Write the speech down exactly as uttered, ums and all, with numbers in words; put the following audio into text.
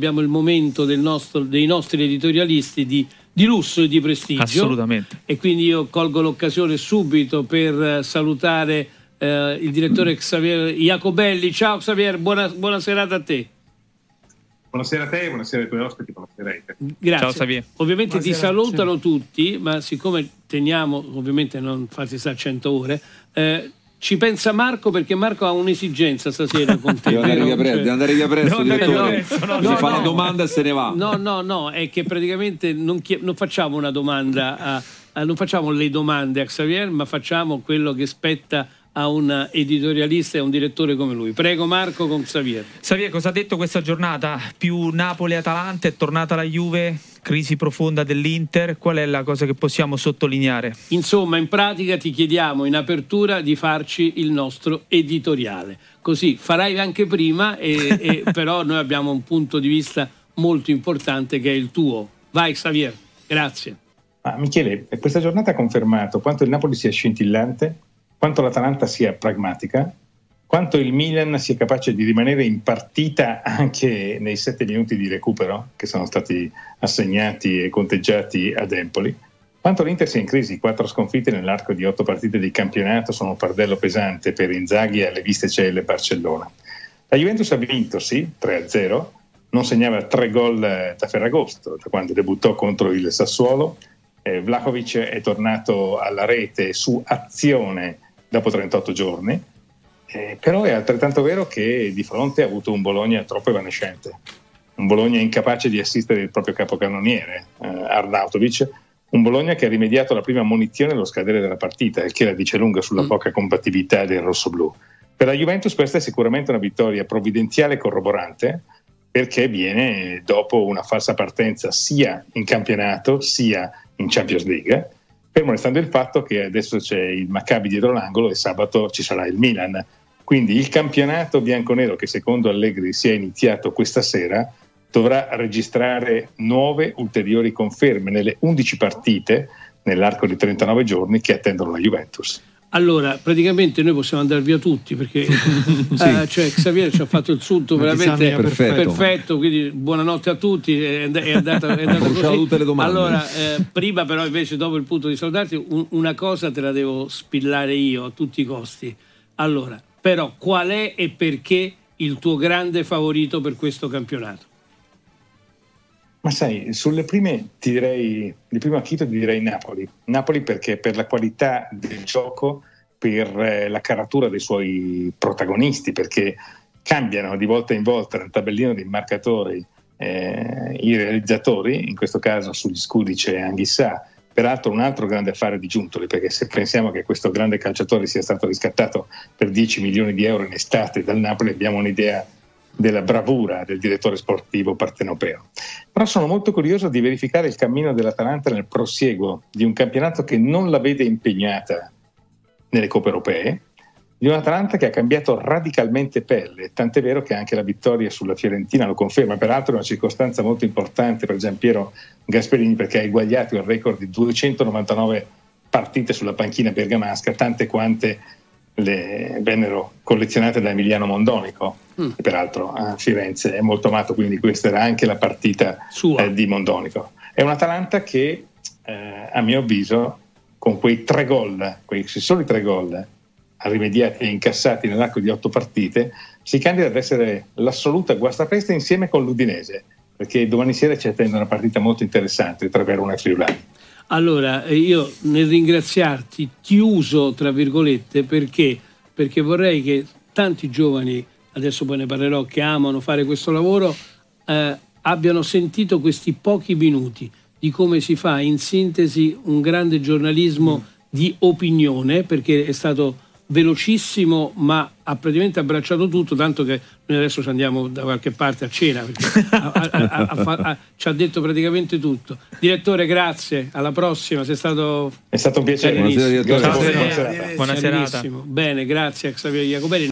abbiamo il momento del nostro, dei nostri editorialisti di, di lusso e di prestigio. Assolutamente. E quindi io colgo l'occasione subito per salutare eh, il direttore Xavier Jacobelli. Ciao Xavier, buona, buona serata a te. Buonasera a te, buonasera ai tuoi ospiti, buonasera a te. Grazie. Ciao Xavier. Ovviamente Buonasera. ti salutano tutti, ma siccome teniamo, ovviamente non farsi stare cento ore, eh, ci pensa Marco, perché Marco ha un'esigenza stasera con te. Devo andare via presto, Cioè, devo andare via presto, Devo andare direttore. via presto, no, Si no, fa no. la domanda e se ne va. No, no, no, è che praticamente non, chie- non facciamo una domanda, a, a- non facciamo le domande a Xavier, ma facciamo quello che spetta a un editorialista e a un direttore come lui. Prego Marco con Xavier. Xavier, cosa ha detto questa giornata? Più Napoli-Atalanta, è tornata la Juve, crisi profonda dell'Inter, qual è la cosa che possiamo sottolineare? Insomma, in pratica ti chiediamo in apertura di farci il nostro editoriale. Così farai anche prima, e, e però noi abbiamo un punto di vista molto importante che è il tuo. Vai Xavier, grazie. Ah, Michele, questa giornata ha confermato quanto il Napoli sia scintillante, quanto l'Atalanta sia pragmatica, quanto il Milan sia capace di rimanere in partita anche nei sette minuti di recupero che sono stati assegnati e conteggiati ad Empoli, quanto l'Inter sia in crisi. Quattro sconfitte nell'arco di otto partite di campionato sono un fardello pesante per Inzaghi e alle viste c'è il Barcellona. La Juventus ha vinto, sì, tre a zero, non segnava tre gol da Ferragosto, da quando debuttò contro il Sassuolo. eh, Vlahovic è tornato alla rete su azione dopo trentotto giorni, eh, però è altrettanto vero che di fronte ha avuto un Bologna troppo evanescente, un Bologna incapace di assistere il proprio capocannoniere eh, Arnautovic, un Bologna che ha rimediato alla prima ammonizione allo scadere della partita, il che la dice lunga sulla poca compatibilità del rossoblù. Per la Juventus questa è sicuramente una vittoria provvidenziale e corroborante, perché viene dopo una falsa partenza sia in campionato sia in Champions League, fermo restando il fatto che adesso c'è il Maccabi dietro l'angolo e sabato ci sarà il Milan. Quindi il campionato bianconero, che secondo Allegri si è iniziato questa sera, dovrà registrare nuove ulteriori conferme nelle undici partite nell'arco di trentanove giorni che attendono la Juventus. Allora, praticamente noi possiamo andare via tutti, perché Sì. eh, cioè Xavier ci ha fatto il sunto Una veramente disamina perfetto. perfetto, quindi buonanotte a tutti, è, and- è andata, è andata Bruciato così. tutte le domande. Allora, eh, prima però invece, dopo il punto di salutarti, un- una cosa te la devo spillare io a tutti i costi. Allora, però qual è e perché il tuo grande favorito per questo campionato? Ma sai, sulle prime ti direi, di primo acchito ti direi Napoli. Napoli perché per la qualità del gioco, per eh, la caratura dei suoi protagonisti, perché cambiano di volta in volta nel tabellino dei marcatori eh, i realizzatori, in questo caso sugli scudi c'è Anghissà, peraltro un altro grande affare di Giuntoli, perché se pensiamo che questo grande calciatore sia stato riscattato per dieci milioni di euro in estate dal Napoli, abbiamo un'idea della bravura del direttore sportivo partenopeo. Però sono molto curioso di verificare il cammino dell'Atalanta nel prosieguo di un campionato che non la vede impegnata nelle coppe europee, di un'Atalanta che ha cambiato radicalmente pelle, tant'è vero che anche la vittoria sulla Fiorentina lo conferma. Peraltro è una circostanza molto importante per Giampiero Gasperini, perché ha eguagliato il record di duecentonovantanove partite sulla panchina bergamasca, tante quante le vennero collezionate da Emiliano Mondonico, mm. che peraltro a Firenze è molto amato, quindi questa era anche la partita eh, di Mondonico. È un'Atalanta che eh, a mio avviso con quei tre gol, quei soli tre gol rimediati e incassati nell'arco di otto partite, si candida ad essere l'assoluta guastapeste insieme con l'Udinese, perché domani sera ci attende una partita molto interessante tra Verona e Friulani. Allora, io nel ringraziarti ti uso tra virgolette perché, perché vorrei che tanti giovani, adesso poi ne parlerò, che amano fare questo lavoro, eh, abbiano sentito questi pochi minuti di come si fa in sintesi un grande giornalismo mm. di opinione, perché è stato velocissimo ma ha praticamente abbracciato tutto, tanto che noi adesso ci andiamo da qualche parte a cena, perché ha, ha, ha, ha, ha, ci ha detto praticamente tutto. Direttore, grazie, alla prossima, sei stato è stato un piacere. Buonasera, Buonasera, buona serata. Bene, grazie a Xavier Jacobelli.